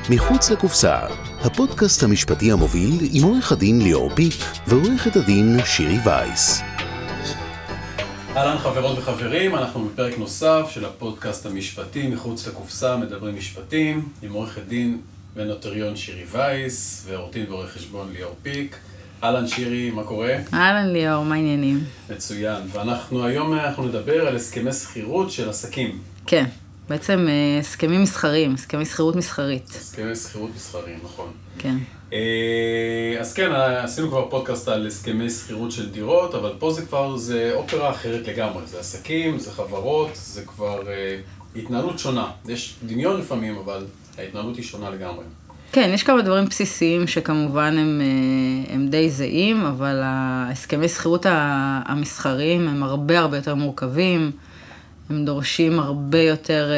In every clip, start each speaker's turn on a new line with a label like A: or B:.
A: מחוץ לקופסה, הפודקאסט המשפטי המוביל עם עורך הדין ליאור פיק ועורכת הדין שירי וייס.
B: אהלן חברות וחברים, אנחנו בפרק נוסף של הפודקאסט המשפטי מחוץ לקופסה, מדברים משפטים, עם עורכת דין ונוטריון שירי וייס ועורך דין ועורך חשבון ליאור פיק. אהלן שירי, מה קורה?
C: אהלן ליאור, מה העניינים?
B: מצוין, ואנחנו היום נדבר על הסכמי שכירות של עסקים.
C: כן, בעצם הסכמים מסחריים, הסכמי שכירות מסחרית.
B: הסכמי שכירות מסחריים, נכון.
C: כן.
B: אז כן, עשינו כבר פודקאסט על הסכמי שכירות של דירות, אבל פה זה אופרה אחרת לגמרי. זה עסקים, זה חברות, זה כבר התנהלות שונה. יש דמיון לפעמים, אבל ההתנהלות היא שונה לגמרי.
C: כן, יש כמה דברים בסיסיים שכמובן הם די זהים, אבל ההסכמי שכירות המסחריים הם הרבה יותר מורכבים, הם דורשים הרבה יותר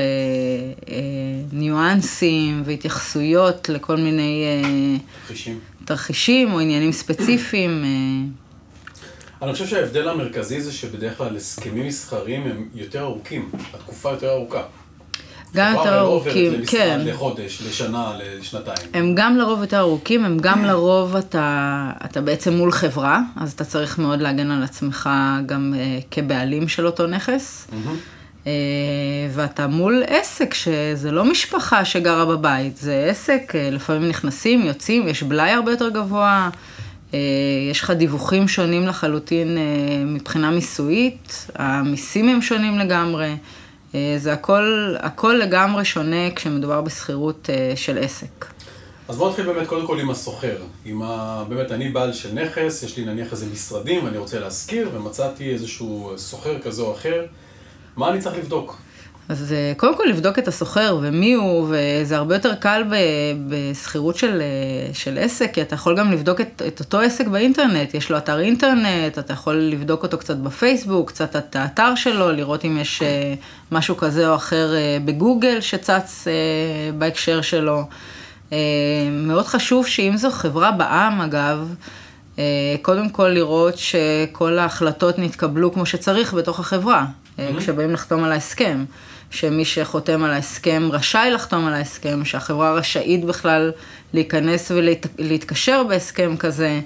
C: ניואנסים והתייחסויות לכל מיני תרחישים או עניינים ספציפיים.
B: אני חושב שההבדל המרכזי זה שבדרך כלל הסכמים מסחריים הם יותר ארוכים, התקופה יותר ארוכה.
C: גם יותר ארוכים, כן.
B: לחודש, לשנה, לשנתיים.
C: הם גם לרוב יותר ארוכים, הם גם לרוב אתה בעצם מול חברה, אז אתה צריך מאוד להגן על עצמך גם כבעלים של אותו נכס. ואתה מול עסק שזה לא משפחה שגרה בבית, זה עסק, לפעמים נכנסים, יוצאים, יש בלאי הרבה יותר גבוה, יש לך דיווחים שונים לחלוטין מבחינה מיסויית, המיסים הם שונים לגמרי, זה הכל לגמרי שונה כשמדובר בשכירות של עסק.
B: אז בואו נתחיל באמת קודם כל עם הסוחר. באמת אני בעל של נכס, יש לי נניח איזה משרדים ואני רוצה להשכיר, ומצאתי איזשהו סוחר כזה או אחר. מה אני צריך לבדוק?
C: אז קודם כל לבדוק את הסוחר ומי הוא, וזה הרבה יותר קל בסחירות של עסק, כי אתה יכול גם לבדוק את אותו עסק באינטרנט, יש לו אתר אינטרנט, אתה יכול לבדוק אותו קצת בפייסבוק, קצת את האתר שלו, לראות אם יש משהו כזה או אחר בגוגל שצץ בהקשר שלו. מאוד חשוב שאם זו חברה בע"מ אגב, קודם כל לראות שכל ההחלטות נתקבלו כמו שצריך בתוך החברה, כשבאים לחתום על ההסכם, שמי שחותם על ההסכם רשאי לחתום על ההסכם, שהחברה רשאית בכלל להיכנס ולהתקשר בהסכם כזה,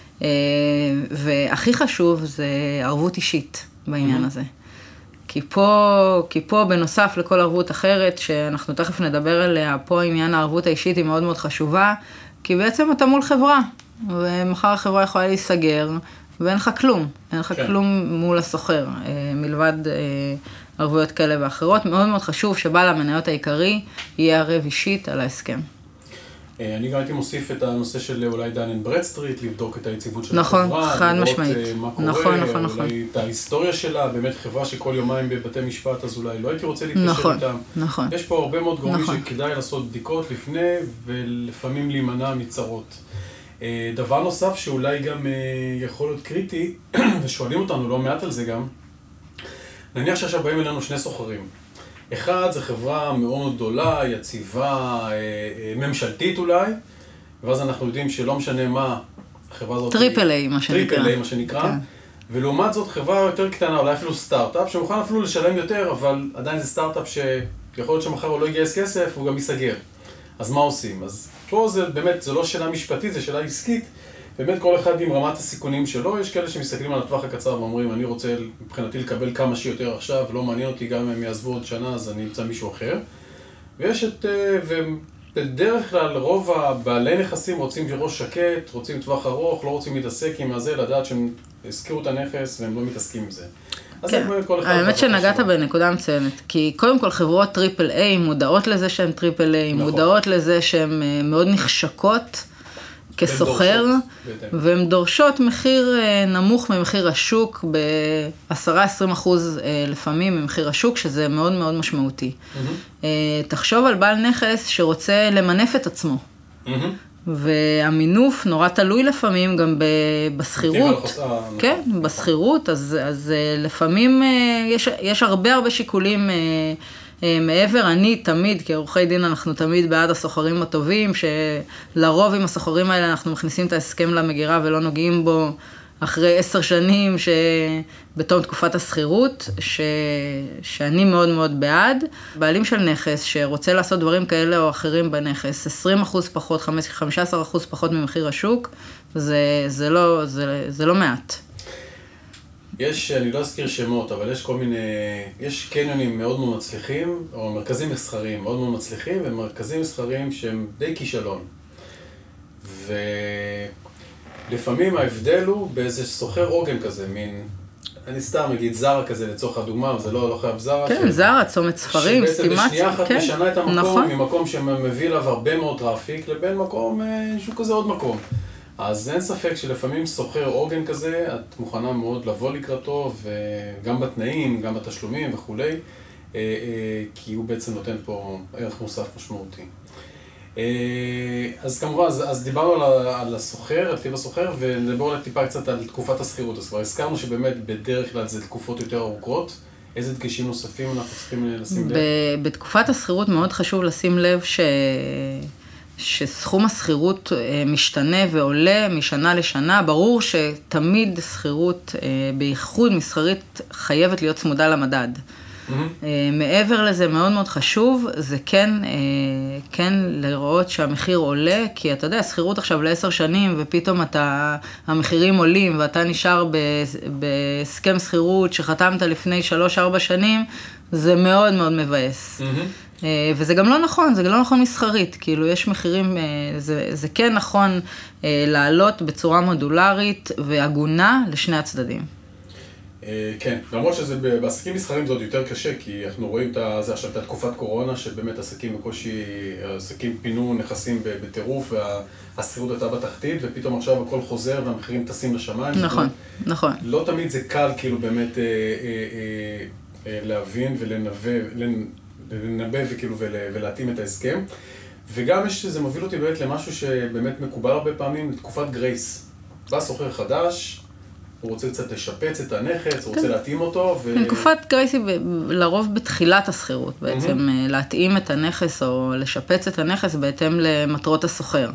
C: והכי חשוב זה ערבות אישית בעניין הזה. כי פה בנוסף לכל ערבות אחרת, שאנחנו תכף נדבר עליה, פה עניין הערבות האישית היא מאוד מאוד חשובה, כי בעצם אתה מול חברה, ומחר החברה יכולה להיסגר, ואין לך כלום, אין לך כלום מול הסוחר, מלבד ערבויות כאלה ואחרות. מאוד מאוד חשוב שבעל המניות העיקרי יהיה ערב אישית על ההסכם.
B: אני גם הייתי מוסיף את הנושא של אולי דן & ברדסטריט, לבדוק את היציבות של
C: נכון,
B: החברה,
C: חד משמעית.
B: לראות מה קורה,
C: נכון.
B: אולי את ההיסטוריה שלה, באמת חברה שכל יומיים בבתי משפט, אז אולי לא הייתי רוצה להתקשר איתם.
C: נכון.
B: יש פה הרבה מאוד גורמים שכדאי לעשות בדיקות לפני, ולפעמים להימנע מצרות. דבר נוסף שאולי גם יכול להיות קריטי, ושואלים אותנו לא מעט על זה גם, נניח שעכשיו באים אלינו שני סוחרים. אחד זה חברה מאוד גדולה, יציבה, ממשלתית אולי, ואז אנחנו יודעים שלא משנה מה החברה הזאת...
C: טריפל איי, מה שנקרא.
B: טריפל איי, מה שנקרא. ולעומת זאת חברה יותר קטנה, אולי אפילו סטארט-אפ, שמוכן אפילו לשלם יותר, אבל עדיין זה סטארט-אפ שיכול להיות שמחר הוא לא יגייס כסף, הוא גם ייסגר. אז מה עושים? אז פה זה באמת, זה לא שאלה משפטית, זה שאלה עסקית. באמת כל אחד עם רמת הסיכונים שלו, יש כאלה שמסתכלים על הטווח הקצר ואומרים, אני רוצה מבחינתי לקבל כמה שיותר עכשיו, לא מעניין אותי גם אם הם יעזבו עוד שנה, אז אני אמצא מישהו אחר. ויש ובדרך כלל רוב הבעלי נכסים רוצים ראש שקט, רוצים טווח ארוך, לא רוצים להתעסק עם הזה, לדעת שהם הזכירו את הנכס והם לא מתעסקים עם זה.
C: כן, האמת שנגעת בנקודה מצוינת, כי קודם כל חברות טריפל איי מודעות לזה שהן טריפל איי, מודעות לזה שהן מאוד נחשקות כסוחר, והן דורשות מחיר נמוך ממחיר השוק, ב10-20% לפעמים ממחיר השוק, שזה מאוד מאוד משמעותי. תחשוב על בעל נכס שרוצה למנף את עצמו. והמינוף נורא תלוי לפעמים גם בסחירות. כן, בסחירות, אז לפעמים יש הרבה שיקולים מעבר. אני תמיד, כעורכי דין, אנחנו תמיד בעד הסוחרים הטובים, שלרוב עם הסוחרים האלה אנחנו מכניסים את ההסכם למגירה ולא נוגעים בו אחרי 10 שנים בתום תקופת השכירות, שאני מאוד מאוד בעד. בעלים של נכס שרוצה לעשות דברים כאלה או אחרים בנכס, 20% פחות, 15% פחות ממחיר השוק, זה לא מעט.
B: אני לא אזכיר שמות, אבל יש קניונים מאוד מאוד מצליחים, או מרכזים מסחריים מאוד מאוד מצליחים, ומרכזים מסחריים שהם די כישלון. ולפעמים ההבדל הוא באיזה סוחר עוגן כזה, אני סתם אגיד זרה כזה לצורך הדוגמה, אבל זה לא חייב זרה.
C: כן, זרה, צומת ספרים,
B: סטימציה. שבעצם בשנייה אחת משנה את המקום,
C: נכון.
B: ממקום שמביא אליו הרבה מאוד טראפיק, לבין מקום שהוא כזה עוד מקום. אז אין ספק שלפעמים סוחר עוגן כזה, את מוכנה מאוד לבוא לקראתו, וגם בתנאים, גם בתשלומים וכולי, כי הוא בעצם נותן פה ערך מוסף משמעותי. אז כמובן, אז דיברנו על הסוחר, על טיב הסוחר, ונדבר טיפה קצת על תקופת השכירות. אז כבר הזכרנו שבאמת בדרך כלל זה תקופות יותר ארוכות. איזה דגשים נוספים אנחנו צריכים לשים לב?
C: בתקופת השכירות מאוד חשוב לשים לב שסכום השכירות משתנה ועולה משנה לשנה. ברור שתמיד שכירות, בייחוד מסחרית, חייבת להיות צמודה למדד. מעבר לזה מאוד מאוד חשוב, זה כן לראות שהמחיר עולה, כי אתה יודע, שכירות עכשיו ל10 שנים, ופתאום המחירים עולים, ואתה נשאר בהסכם שכירות שחתמת לפני 3-4 שנים, זה מאוד מאוד מבאס. וזה גם לא נכון, זה גם לא נכון מסחרית, כאילו יש מחירים, זה כן נכון לעלות בצורה מודולרית והגונה לשני הצדדים.
B: כן, למרות שזה בעסקים מסחרים זה עוד יותר קשה, כי אנחנו רואים זה עכשיו את תקופת קורונה, שבאמת עסקים פינו נכסים בטירוף, והשכירות הייתה בתחתית, ופתאום עכשיו הכל חוזר והמחירים טסים לשמיים.
C: נכון, נכון.
B: לא תמיד זה קל כאילו באמת להבין ולנבא וכאילו ולהתאים את ההסכם. וגם זה מוביל אותי באמת למשהו שבאמת מקובל הרבה פעמים, לתקופת גרייס. בא סוחר חדש, הוא רוצה קצת לשפץ את הנכס, הוא רוצה להתאים אותו.
C: תקופת גרייס היא לרוב בתחילת השכירות, בעצם להתאים את הנכס או לשפץ את הנכס בהתאם למטרות הסוחר.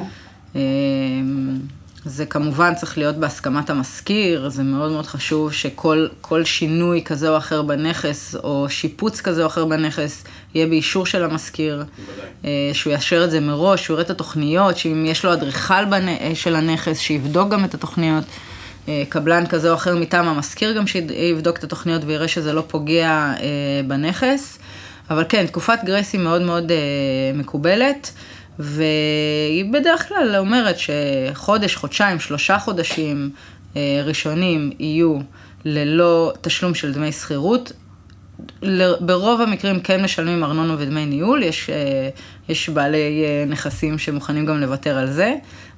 C: זה כמובן צריך להיות בהסכמת המשכיר, זה מאוד מאוד חשוב שכל שינוי כזה או אחר בנכס, או שיפוץ כזה או אחר בנכס, יהיה באישור של המשכיר, שהוא יאשר את זה מראש, שהוא יראה את התוכניות, שאם יש לו אדריכל של הנכס, שיבדוק גם את התוכניות, קבלן כזה או אחר מטעם המשכיר גם שיבדוק את התוכניות ויראה שזה לא פוגע בנכס. אבל כן, תקופת גרייס היא מאוד מאוד מקובלת, והיא בדרך כלל אומרת שחודש, חודשיים, 3 חודשים ראשונים יהיו ללא תשלום של דמי שכירות. ברוב המקרים כן משלמים ארנונה ודמי ניהול, יש בעלי נכסים שמוכנים גם לוותר על זה,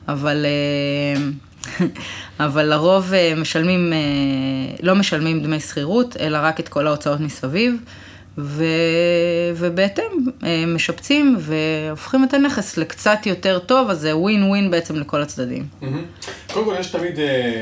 C: אבל לרוב לא משלמים דמי שכירות, אלא רק את כל ההוצאות מסביב, ובהתאם משפצים והופכים את הנכס לקצת יותר טוב, אז זה ווין ווין בעצם לכל הצדדים.
B: קודם כל יש תמיד,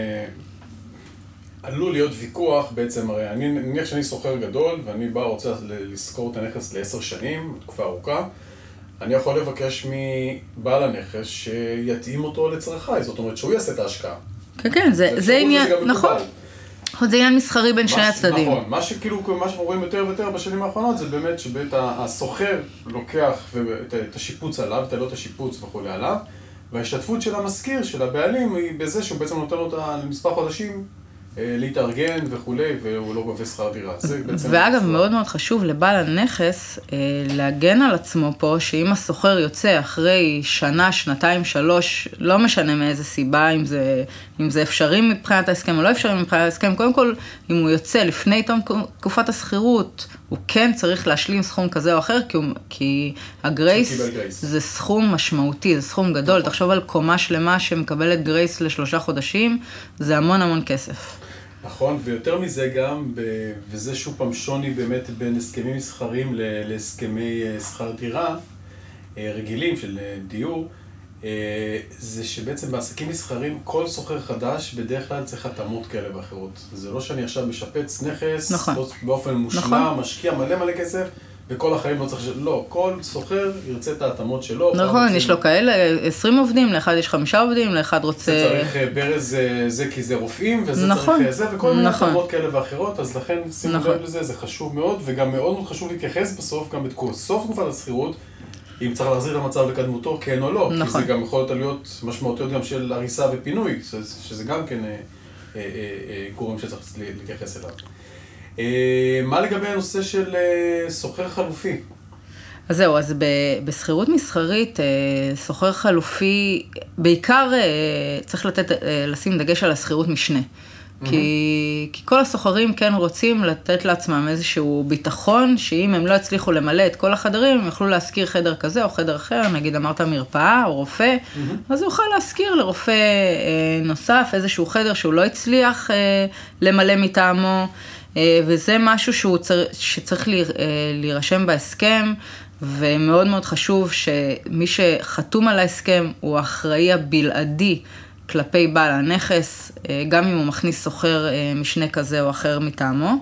B: עלול להיות ויכוח בעצם, הרי אני נניח שאני סוחר גדול, ואני רוצה לזכור את הנכס ל10 שנים, תקופה ארוכה, אני יכול לבקש מבעל הנכס שיתאים אותו לצרכיי, זאת אומרת שהוא יעשה את ההשקעה.
C: כן, זה עניין, נכון. זה עניין מסחרי בין שני הצדדים.
B: נכון, מה שאנחנו רואים יותר ויותר בשנים האחרונות, זה באמת שבית הסוחר לוקח את השיפוץ עליו, את עלות השיפוץ וכו' עליו, וההשתתפות של המשכיר, של הבעלים, היא בזה שהוא בעצם נותן אותה למספר חודשים, להתארגן וכו', והוא לא גובה שכר דירה.
C: ואגב, מאוד מאוד חשוב לבעל הנכס להגן על עצמו פה, שאם הסוחר יוצא אחרי שנה, 2, 3, לא משנה מאיזה סיבה, אם זה אפשרי מבחינת ההסכם או לא אפשרי מבחינת ההסכם, קודם כל, אם הוא יוצא לפני תום תקופת השכירות, הוא כן צריך להשלים סכום כזה או אחר, כי הגרייס זה סכום משמעותי, זה סכום גדול. תחשוב על קומה שלמה שמקבלת גרייס ל3 חודשים, זה המון המון כסף.
B: נכון, ויותר מזה גם, וזה שוב פעם שוני באמת בין הסכמים מסחרים להסכמי שכר דירה, רגילים של דיור, זה שבעצם בעסקים מסחרים כל סוחר חדש בדרך כלל צריך התאמות כאלה ואחרות. זה לא שאני עכשיו משפץ נכס, נכון. באופן מושלם, נכון. משקיע מלא כסף, וכל החיים לא צריך לא, כל סוחר ירצה את ההתאמות שלו.
C: נכון, יש לו כאלה 20 עובדים, לאחד יש 5 עובדים, לאחד רוצה...
B: זה צריך ברז זה כי זה רופאים, וזה צריך זה, וכל מיני התאמות כאלה ואחרות, אז לכן שימו לב לזה, זה חשוב מאוד, וגם מאוד מאוד חשוב להתייחס בסוף, גם בסוף תקופת השכירות, אם צריך להחזיר את המצב לקדמותו, כן או לא, כי זה גם יכול להיות משמעותיות גם של הריסה ופינוי, שזה גם כן גורם שצריך להתייחס אליו. מה לגבי הנושא של סוחר חלופי?
C: אז זהו, אז בסחירות מסחרית, סוחר חלופי, בעיקר צריך לשים דגש על הסחירות משנה. כי כל הסוחרים כן רוצים לתת לעצמם איזשהו ביטחון, שאם הם לא הצליחו למלא את כל החדרים, הם יוכלו להזכיר חדר כזה או חדר אחר, נגיד אמרת מרפאה או רופא, אז הוא יוכל להזכיר לרופא נוסף איזשהו חדר שהוא לא הצליח למלא מטעמו, וזה משהו שצריך להירשם בהסכם, ומאוד מאוד חשוב שמי שחתום על ההסכם הוא האחראי הבלעדי כלפי בעל הנכס, גם אם הוא מכניס סוחר משנה כזה או אחר מטעמו.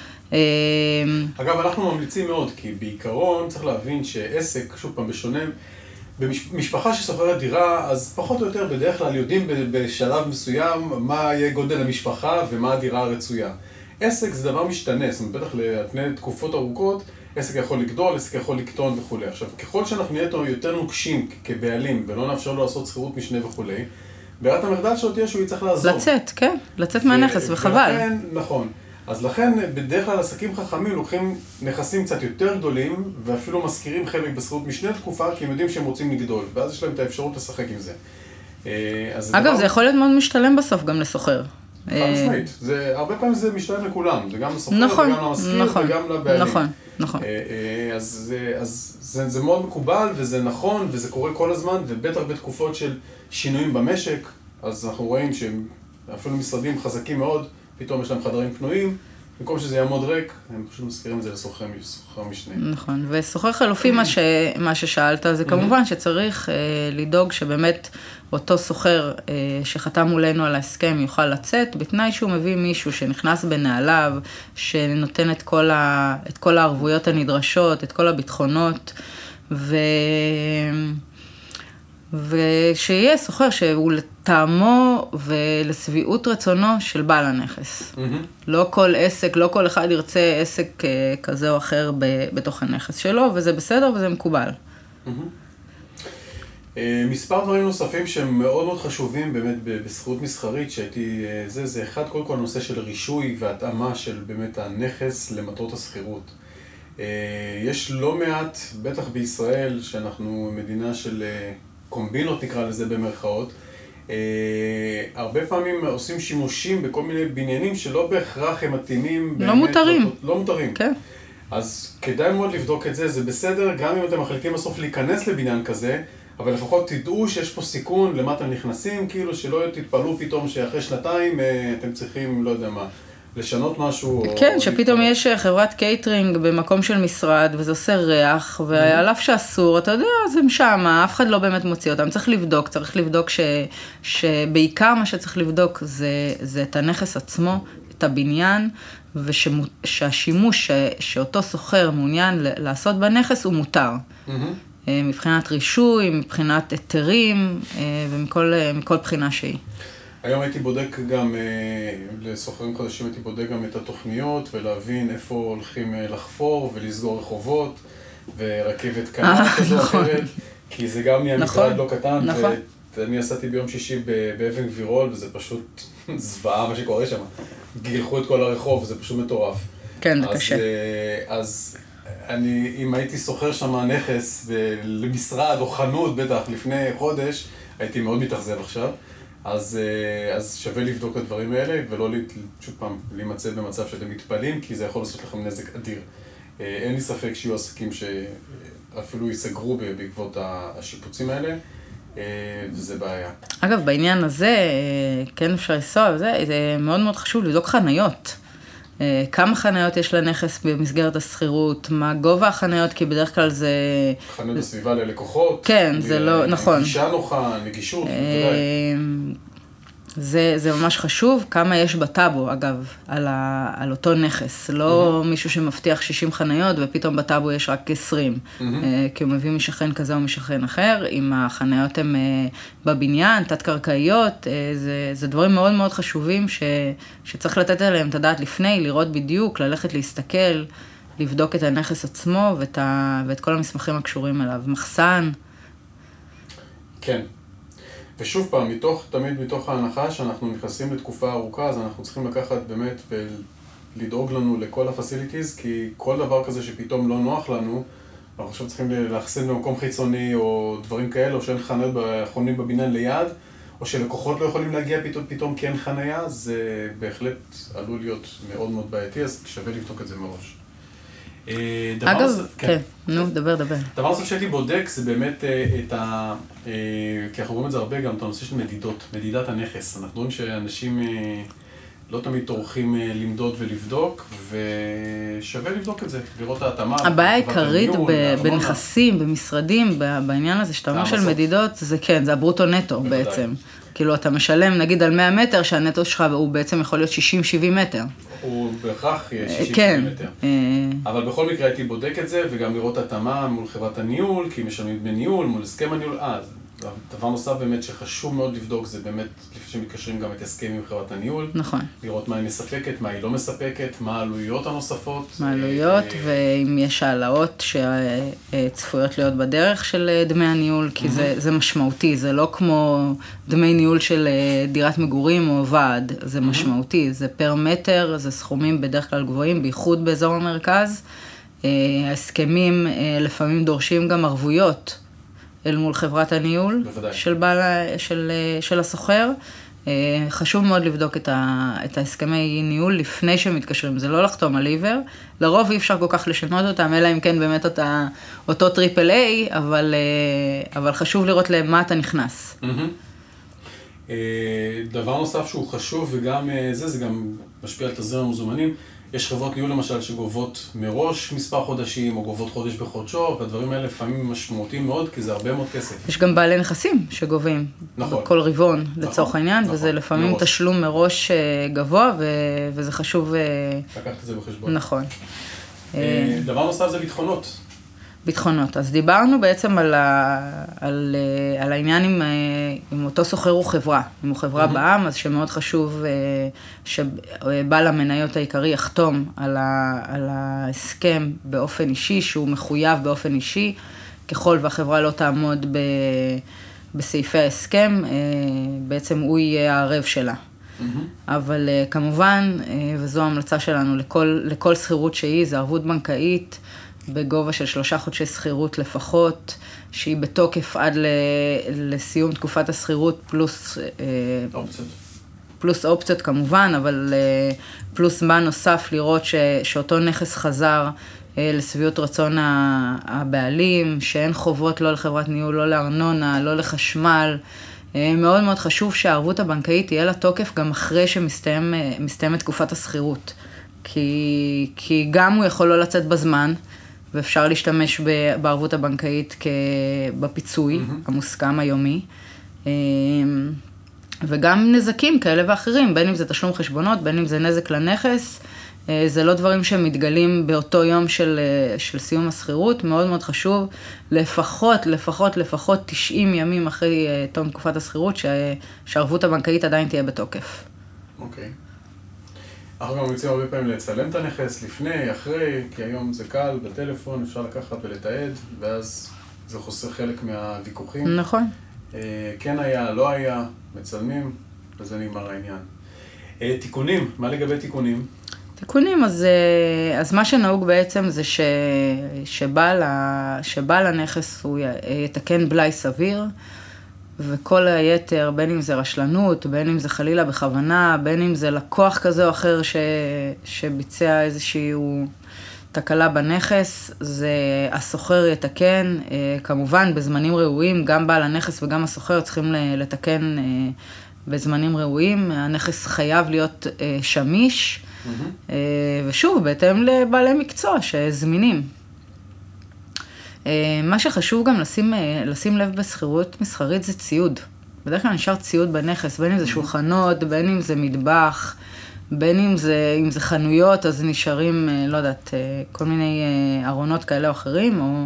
B: אגב, אנחנו ממליצים מאוד, כי בעיקרון צריך להבין שעסק, שוב פעם, בשונה, במשפחה שסוחרת דירה, אז פחות או יותר בדרך כלל יודעים בשלב מסוים מה יהיה גודל המשפחה ומה הדירה הרצויה. עסק זה דבר משתנה, זאת אומרת, בטח לפני תקופות ארוכות, עסק יכול לגדול, עסק יכול לקטון וכו'. עכשיו, ככל שאנחנו נהיה יותר נוקשים כבעלים ולא נאפשר לו לעשות שכירות משנה וכו', ברירת המחדל שלו תהיה שהוא יצטרך לעזור.
C: לצאת, כן, לצאת מהנכס, וחבל.
B: ולכן, נכון. אז לכן, בדרך כלל עסקים חכמים לוקחים נכסים קצת יותר גדולים, ואפילו מזכירים חלק בשכירות משנה תקופה, כי הם יודעים שהם רוצים לגדול, ואז יש להם את האפשרות לשחק עם זה.
C: אגב, זה יכול להיות מאוד משתלם בסוף גם לסוחר.
B: חד משמעית. הרבה פעמים זה משתלם לכולם, זה גם לסוחר וגם למזכיר וגם לבעלים.
C: נכון, נכון.
B: אז זה מאוד מקובל וזה נכון וזה קורה כל הזמן, ובטח בתקופות של שינויים במשק, אז אנחנו רואים שאפילו משרדים חזקים מאוד, פתאום יש להם חדרים פנויים, במקום שזה יעמוד ריק, הם פשוט מזכירים את זה לסוחר משנה.
C: נכון, וסוחר חלופי מה ששאלת, זה כמובן שצריך לדאוג שבאמת אותו סוחר שחתם מולנו על ההסכם יוכל לצאת, בתנאי שהוא מביא מישהו שנכנס בנעליו, שנותן את כל הערבויות הנדרשות, את כל הביטחונות, ושיהיה סוחר שהוא לטעמו ולסביעות רצונו של בעל הנכס. לא כל עסק, לא כל אחד ירצה עסק כזה או אחר בתוך הנכס שלו, וזה בסדר וזה מקובל.
B: מספר דברים נוספים שהם מאוד מאוד חשובים באמת בסחירות מסחרית, זה אחד קודם כל הנושא של רישוי והתאמה של באמת הנכס למטרות הסחירות. יש לא מעט, בטח בישראל, שאנחנו מדינה של קומבינות נקרא לזה במרכאות, הרבה פעמים עושים שימושים בכל מיני בניינים שלא בהכרח הם מתאימים.
C: לא מותרים.
B: לא מותרים.
C: כן.
B: אז כדאי מאוד לבדוק את זה, זה בסדר, גם אם אתם מחליטים בסוף להיכנס לבניין כזה, אבל לפחות תדעו שיש פה סיכון למה אתם נכנסים, כאילו שלא תתפלאו פתאום שאחרי שנתיים אתם צריכים, לא יודע מה, לשנות משהו.
C: כן, שפתאום יש חברת קייטרינג במקום של משרד, וזה עושה ריח, ועל אף שאסור, אתה יודע, זה משם, אף אחד לא באמת מוציא אותם. צריך לבדוק שבעיקר מה שצריך לבדוק זה את הנכס עצמו, את הבניין, ושהשימוש שאותו סוחר מעוניין לעשות בנכס הוא מותר. מבחינת רישוי, מבחינת היתרים, ומכל בחינה שהיא.
B: היום הייתי בודק גם, לסוחרים חדשים הייתי בודק גם את התוכניות, ולהבין איפה הולכים לחפור ולסגור רחובות, ורכבת קנה כזו אחרת, כי זה גם נהיה מטרד לא קטן, ואני עשיתי ביום שישי באבן גבירול, וזה פשוט זוועה מה שקורה שם. גילחו את כל הרחוב, זה פשוט מטורף.
C: כן, זה קשה.
B: אז אם הייתי סוחר שם נכס למשרד או חנות בטח לפני חודש, הייתי מאוד מתאכזב עכשיו. אז שווה לבדוק את הדברים האלה, ולא שוב פעם להימצא במצב שאתם מתפלים, כי זה יכול לעשות לכם נזק אדיר. אין לי ספק שיהיו עסקים שאפילו ייסגרו בעקבות השיפוצים האלה, וזה בעיה.
C: אגב, בעניין הזה, כן אפשר לנסוע, זה מאוד מאוד חשוב לבדוק חניות. כמה חניות יש לנכס במסגרת הסחירות, מה גובה החניות, כי בדרך כלל זה...
B: חניות בסביבה ללקוחות.
C: כן, זה לא, נכון.
B: גישה נוחה, נגישות,
C: זה ממש חשוב, כמה יש בטאבו, אגב, על אותו נכס. לא מישהו שמבטיח 60 חניות, ופתאום בטאבו יש רק 20. כי הוא מביא משכן כזה או משכן אחר, אם החניות הן בבניין, תת-קרקעיות, זה דברים מאוד מאוד חשובים שצריך לתת עליהם את הדעת לפני, לראות בדיוק, ללכת להסתכל, לבדוק את הנכס עצמו ואת כל המסמכים הקשורים אליו. מחסן. כן.
B: ושוב פעם, תמיד מתוך ההנחה שאנחנו נכנסים לתקופה ארוכה, אז אנחנו צריכים לקחת באמת ולדאוג לנו לכל הפסיליטיז, כי כל דבר כזה שפתאום לא נוח לנו, אנחנו עכשיו צריכים להחסן במקום חיצוני או דברים כאלה, או שאין חניות בבניין ליד, או שלקוחות לא יכולים להגיע פתאום כי אין חניה, זה בהחלט עלול להיות מאוד מאוד בעייתי, אז שווה לבדוק את זה מראש.
C: אגב, כן, נו, דבר.
B: דבר נוסף שהייתי בודק זה באמת כי אנחנו רואים את זה הרבה גם, את הנושא של מדידת הנכס. אנחנו רואים שאנשים לא תמיד טורחים למדוד ולבדוק, ושווה לבדוק את זה, לראות את ההתאמה.
C: הבעיה העיקרית בנכסים, במשרדים, בעניין הזה שאתה אומר של מדידות, זה כן, זה הברוטו נטו בעצם. כאילו אתה משלם נגיד על 100 מטר, שהנטו שלך הוא בעצם יכול להיות 60-70 מטר.
B: הוא בהכרח 60 מטר. אבל בכל מקרה הייתי בודק את זה, וגם לראות התאמה מול חברת הניהול, כי משלמים דמי ניהול, מול הסכם הניהול. דבר נוסף באמת שחשוב מאוד לבדוק, זה באמת, לפני שמתקשרים גם את הסכם עם חברת הניהול.
C: נכון.
B: לראות מה היא מספקת, מה היא לא מספקת, מה העלויות הנוספות.
C: מה העלויות, ואם יש העלאות שצפויות להיות בדרך של דמי הניהול, כי זה משמעותי, זה לא כמו דמי ניהול של דירת מגורים או ועד, זה משמעותי, זה פר מטר, זה סכומים בדרך כלל גבוהים, בייחוד באזור המרכז. ההסכמים לפעמים דורשים גם ערבויות, אל מול חברת הניהול של הסוחר. חשוב מאוד לבדוק את ההסכמי ניהול לפני שמתקשרים. זה לא לחתום על עיוור. לרוב אי אפשר כל כך לשנות אותם, אלא אם כן באמת אותו טריפל איי, אבל חשוב לראות למה אתה נכנס.
B: דבר נוסף שהוא חשוב, וגם זה גם משפיע על תזרים המזומנים. יש חברות ניהול למשל שגובות מראש מספר חודשים, או גובות חודש בחודשו, והדברים האלה לפעמים משמעותיים מאוד, כי זה הרבה מאוד כסף.
C: יש גם בעלי נכסים שגובים. נכון. בכל רבעון, לצורך העניין, וזה לפעמים תשלום מראש גבוה, וזה חשוב...
B: לקחת את זה בחשבון.
C: נכון.
B: דבר נוסף זה ביטחונות.
C: ביטחונות. אז דיברנו בעצם על העניין עם אותו סוחר הוא חברה. אם הוא חברה בעם, אז שמאוד חשוב שבעל המניות העיקרי יחתום על ההסכם באופן אישי, שהוא מחויב באופן אישי, ככל והחברה לא תעמוד בסעיפי ההסכם, בעצם הוא יהיה הערב שלה. אבל כמובן, וזו ההמלצה שלנו לכל שכירות שהיא, זה ערבות בנקאית, בגובה של 3 חודשי שכירות לפחות, שהיא בתוקף עד לסיום תקופת השכירות, פלוס אופציות כמובן, אבל פלוס מה נוסף לראות שאותו נכס חזר לשביעות רצון הבעלים, שאין חובות לא לחברת ניהול, לא לארנונה, לא לחשמל. מאוד מאוד חשוב שהערבות הבנקאית תהיה לה תוקף גם אחרי שמסתיימת תקופת השכירות. כי גם הוא יכול לא לצאת בזמן, ואפשר להשתמש בערבות הבנקאית בפיצוי המוסכם היומי, וגם נזקים כאלה ואחרים, בין אם זה תשלום חשבונות, בין אם זה נזק לנכס, זה לא דברים שמתגלים באותו יום של סיום השכירות, מאוד מאוד חשוב, לפחות 90 ימים אחרי תום תקופת השכירות, שהערבות הבנקאית עדיין תהיה בתוקף.
B: אוקיי. אנחנו גם רוצים הרבה פעמים לצלם את הנכס לפני, אחרי, כי היום זה קל, בטלפון אפשר לקחת ולתעד, ואז זה חוסר חלק מהוויכוחים.
C: נכון.
B: כן היה, לא היה, מצלמים, וזה נגמר העניין. תיקונים, מה לגבי תיקונים?
C: תיקונים, אז מה שנהוג בעצם זה שבעל הנכס הוא יתקן בלאי סביר, וכל היתר, בין אם זה רשלנות, בין אם זה חלילה בכוונה, בין אם זה לקוח כזה או אחר שביצע איזושהי תקלה בנכס, זה הסוחר יתקן, כמובן בזמנים ראויים, גם בעל הנכס וגם הסוחר צריכים לתקן בזמנים ראויים, הנכס חייב להיות שמיש, ושוב, בהתאם לבעלי מקצוע שזמינים. מה שחשוב גם לשים לב בסחירות מסחרית זה ציוד. בדרך כלל נשאר ציוד בנכס, בין אם זה שולחנות, בין אם זה מטבח, בין אם זה חנויות, אז נשארים, לא יודעת, כל מיני ארונות כאלה או אחרים,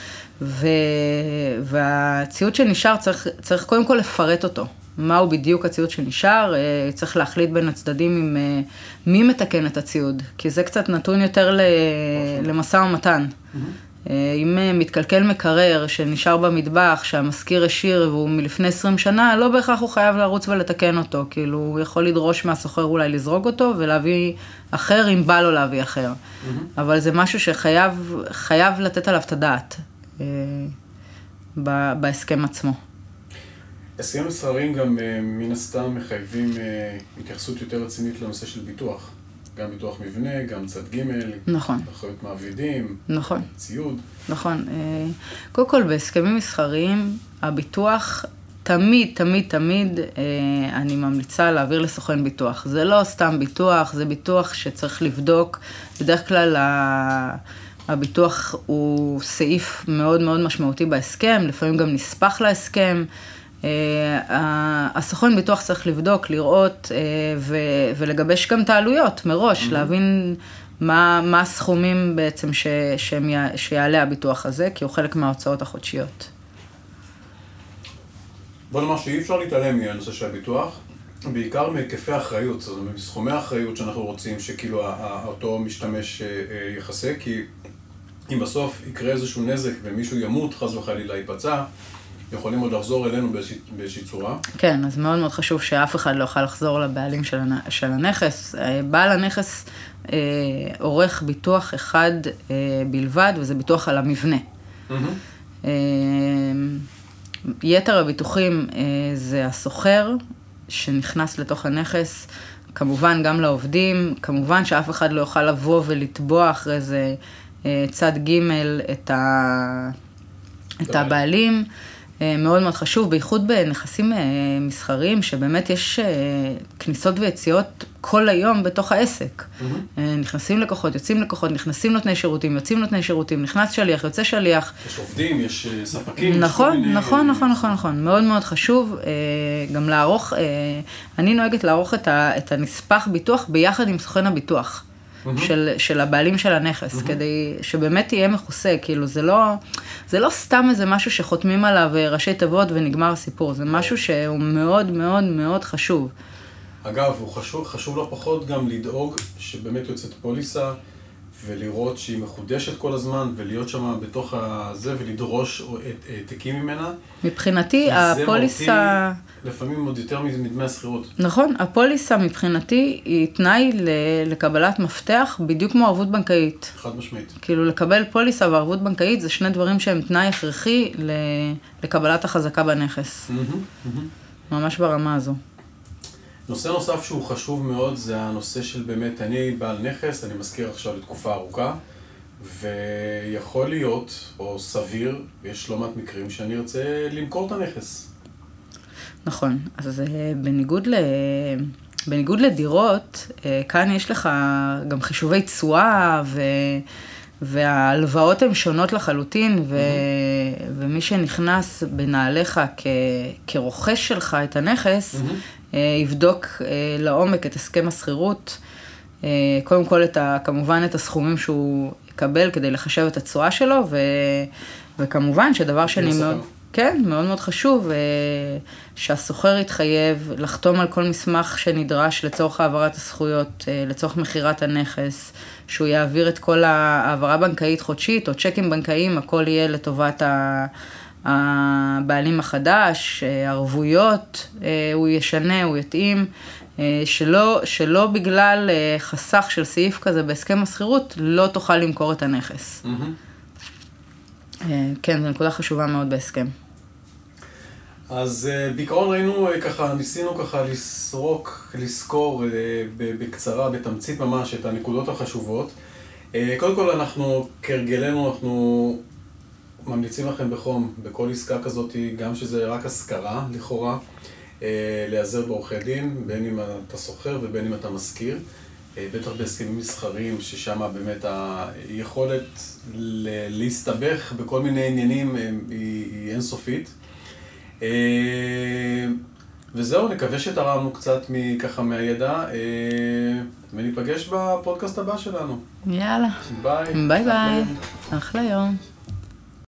C: והציוד שנשאר צריך קודם כל לפרט אותו. מהו בדיוק הציוד שנשאר, צריך להחליט בין הצדדים עם מי מתקן את הציוד, כי זה קצת נתון יותר למשא ומתן. אם מתקלקל מקרר שנשאר במטבח, שהמזכיר השאיר והוא מלפני 20 שנה, לא בהכרח הוא חייב לרוץ ולתקן אותו, כאילו הוא יכול לדרוש מהסוחר אולי לזרוק אותו ולהביא אחר אם בא לו להביא אחר. אבל זה משהו שחייב לתת עליו את הדעת בהסכם עצמו.
B: הסכמים מסחריים גם מן הסתם מחייבים התייחסות יותר רצינית לנושא של ביטוח. גם ביטוח מבנה, גם צד ג',
C: נכון.
B: אחריות מעבידים,
C: נכון.
B: ציוד.
C: נכון. קודם כל, בהסכמים מסחריים, הביטוח תמיד אני ממליצה להעביר לסוכן ביטוח. זה לא סתם ביטוח, זה ביטוח שצריך לבדוק. בדרך כלל הביטוח הוא סעיף מאוד מאוד משמעותי בהסכם, לפעמים גם נספח להסכם. הסוכן ביטוח צריך לבדוק, לראות ולגבש גם את העלויות מראש, להבין מה הסכומים בעצם שיעלה הביטוח הזה, כי הוא חלק מההוצאות החודשיות.
B: בוא נאמר שאי אפשר להתעלם מהנושא של הביטוח, בעיקר מהיקפי האחריות, זאת אומרת, מסכומי האחריות שאנחנו רוצים שכאילו אותו משתמש יחסה, כי אם בסוף יקרה איזשהו נזק ומישהו ימות, חס וחלילה ייפצע, יכולים עוד לחזור אלינו באיזושהי צורה.
C: כן, אז מאוד מאוד חשוב שאף אחד לא יוכל לחזור לבעלים של הנכס. בעל הנכס עורך ביטוח אחד בלבד, וזה ביטוח על המבנה. יתר הביטוחים זה הסוחר שנכנס לתוך הנכס, כמובן גם לעובדים, כמובן שאף אחד לא יוכל לבוא ולטבוע אחרי זה צד ג' את הבעלים. מאוד מאוד חשוב, בייחוד בנכסים מסחריים, שבאמת יש כניסות ויציאות כל היום בתוך העסק. נכנסים לקוחות, יוצאים לקוחות, נכנסים נותני שירותים, יוצאים נותני שירותים, נכנס שליח, יוצא שליח.
B: יש עובדים, יש ספקים.
C: נכון. מאוד מאוד חשוב גם לערוך, אני נוהגת לערוך את הנספח ביטוח ביחד עם סוכן הביטוח. של הבעלים של הנכס, כדי שבאמת תהיה מכוסה, כאילו זה לא סתם איזה משהו שחותמים עליו ראשי תיבות ונגמר הסיפור, זה משהו שהוא מאוד מאוד מאוד חשוב.
B: אגב, הוא חשוב לא פחות גם לדאוג שבאמת יוצאת פוליסה, ולראות שהיא מחודשת כל הזמן, ולהיות שם בתוך הזה, ולדרוש העתקים ממנה.
C: מבחינתי, הפוליסה...
B: לפעמים עוד יותר מדמי השכירות.
C: נכון, הפוליסה מבחינתי היא תנאי לקבלת מפתח, בדיוק כמו ערבות בנקאית.
B: חד משמעית.
C: כאילו לקבל פוליסה וערבות בנקאית, זה שני דברים שהם תנאי הכרחי לקבלת החזקה בנכס. ממש ברמה הזו.
B: נושא נוסף שהוא חשוב מאוד זה הנושא של באמת, אני בעל נכס, אני מזכיר עכשיו לתקופה ארוכה, ויכול להיות, או סביר, ויש לא מעט מקרים שאני ארצה למכור את הנכס. נכון,
C: אז בניגוד לדירות, כאן יש לך גם חישובי תשואה, וההלוואות הן שונות לחלוטין, ומי שנכנס בנעליך כרוכש שלך את הנכס, יבדוק לעומק את הסכם השכירות, קודם כל כמובן את הסכומים שהוא יקבל כדי לחשב את התשואה שלו, וכמובן שדבר שני מאוד, כן, מאוד מאוד חשוב, שהסוחר יתחייב לחתום על כל מסמך שנדרש לצורך העברת הזכויות, לצורך מחירת הנכס, שהוא יעביר את כל העברה בנקאית חודשית או צ'קים בנקאיים, הכל יהיה לטובת הבעלים החדש, ערבויות, הוא ישנה, הוא יתאים, שלא בגלל חסך של סעיף כזה בהסכם השכירות, לא תוכל למכור את הנכס. כן, זו נקודה חשובה מאוד בהסכם.
B: אז בעיקרון ראינו ככה, ניסינו ככה לזכור בקצרה, בתמצית ממש, את הנקודות החשובות. קודם כל אנחנו, כהרגלנו, אנחנו ממליצים לכם בחום, בכל עסקה כזאת, גם שזה רק השכרה, לכאורה, להיעזר בעורכי דין, בין אם אתה סוחר ובין אם אתה מזכיר, בטח בהסכמים מסחריים, ששם באמת היכולת להסתבך בכל מיני עניינים היא אינסופית. וזהו, נקווה שתרמנו קצת ככה מהידע, וניפגש בפודקאסט הבא שלנו.
C: יאללה.
B: ביי.
C: ביי ביי. אחלה יום.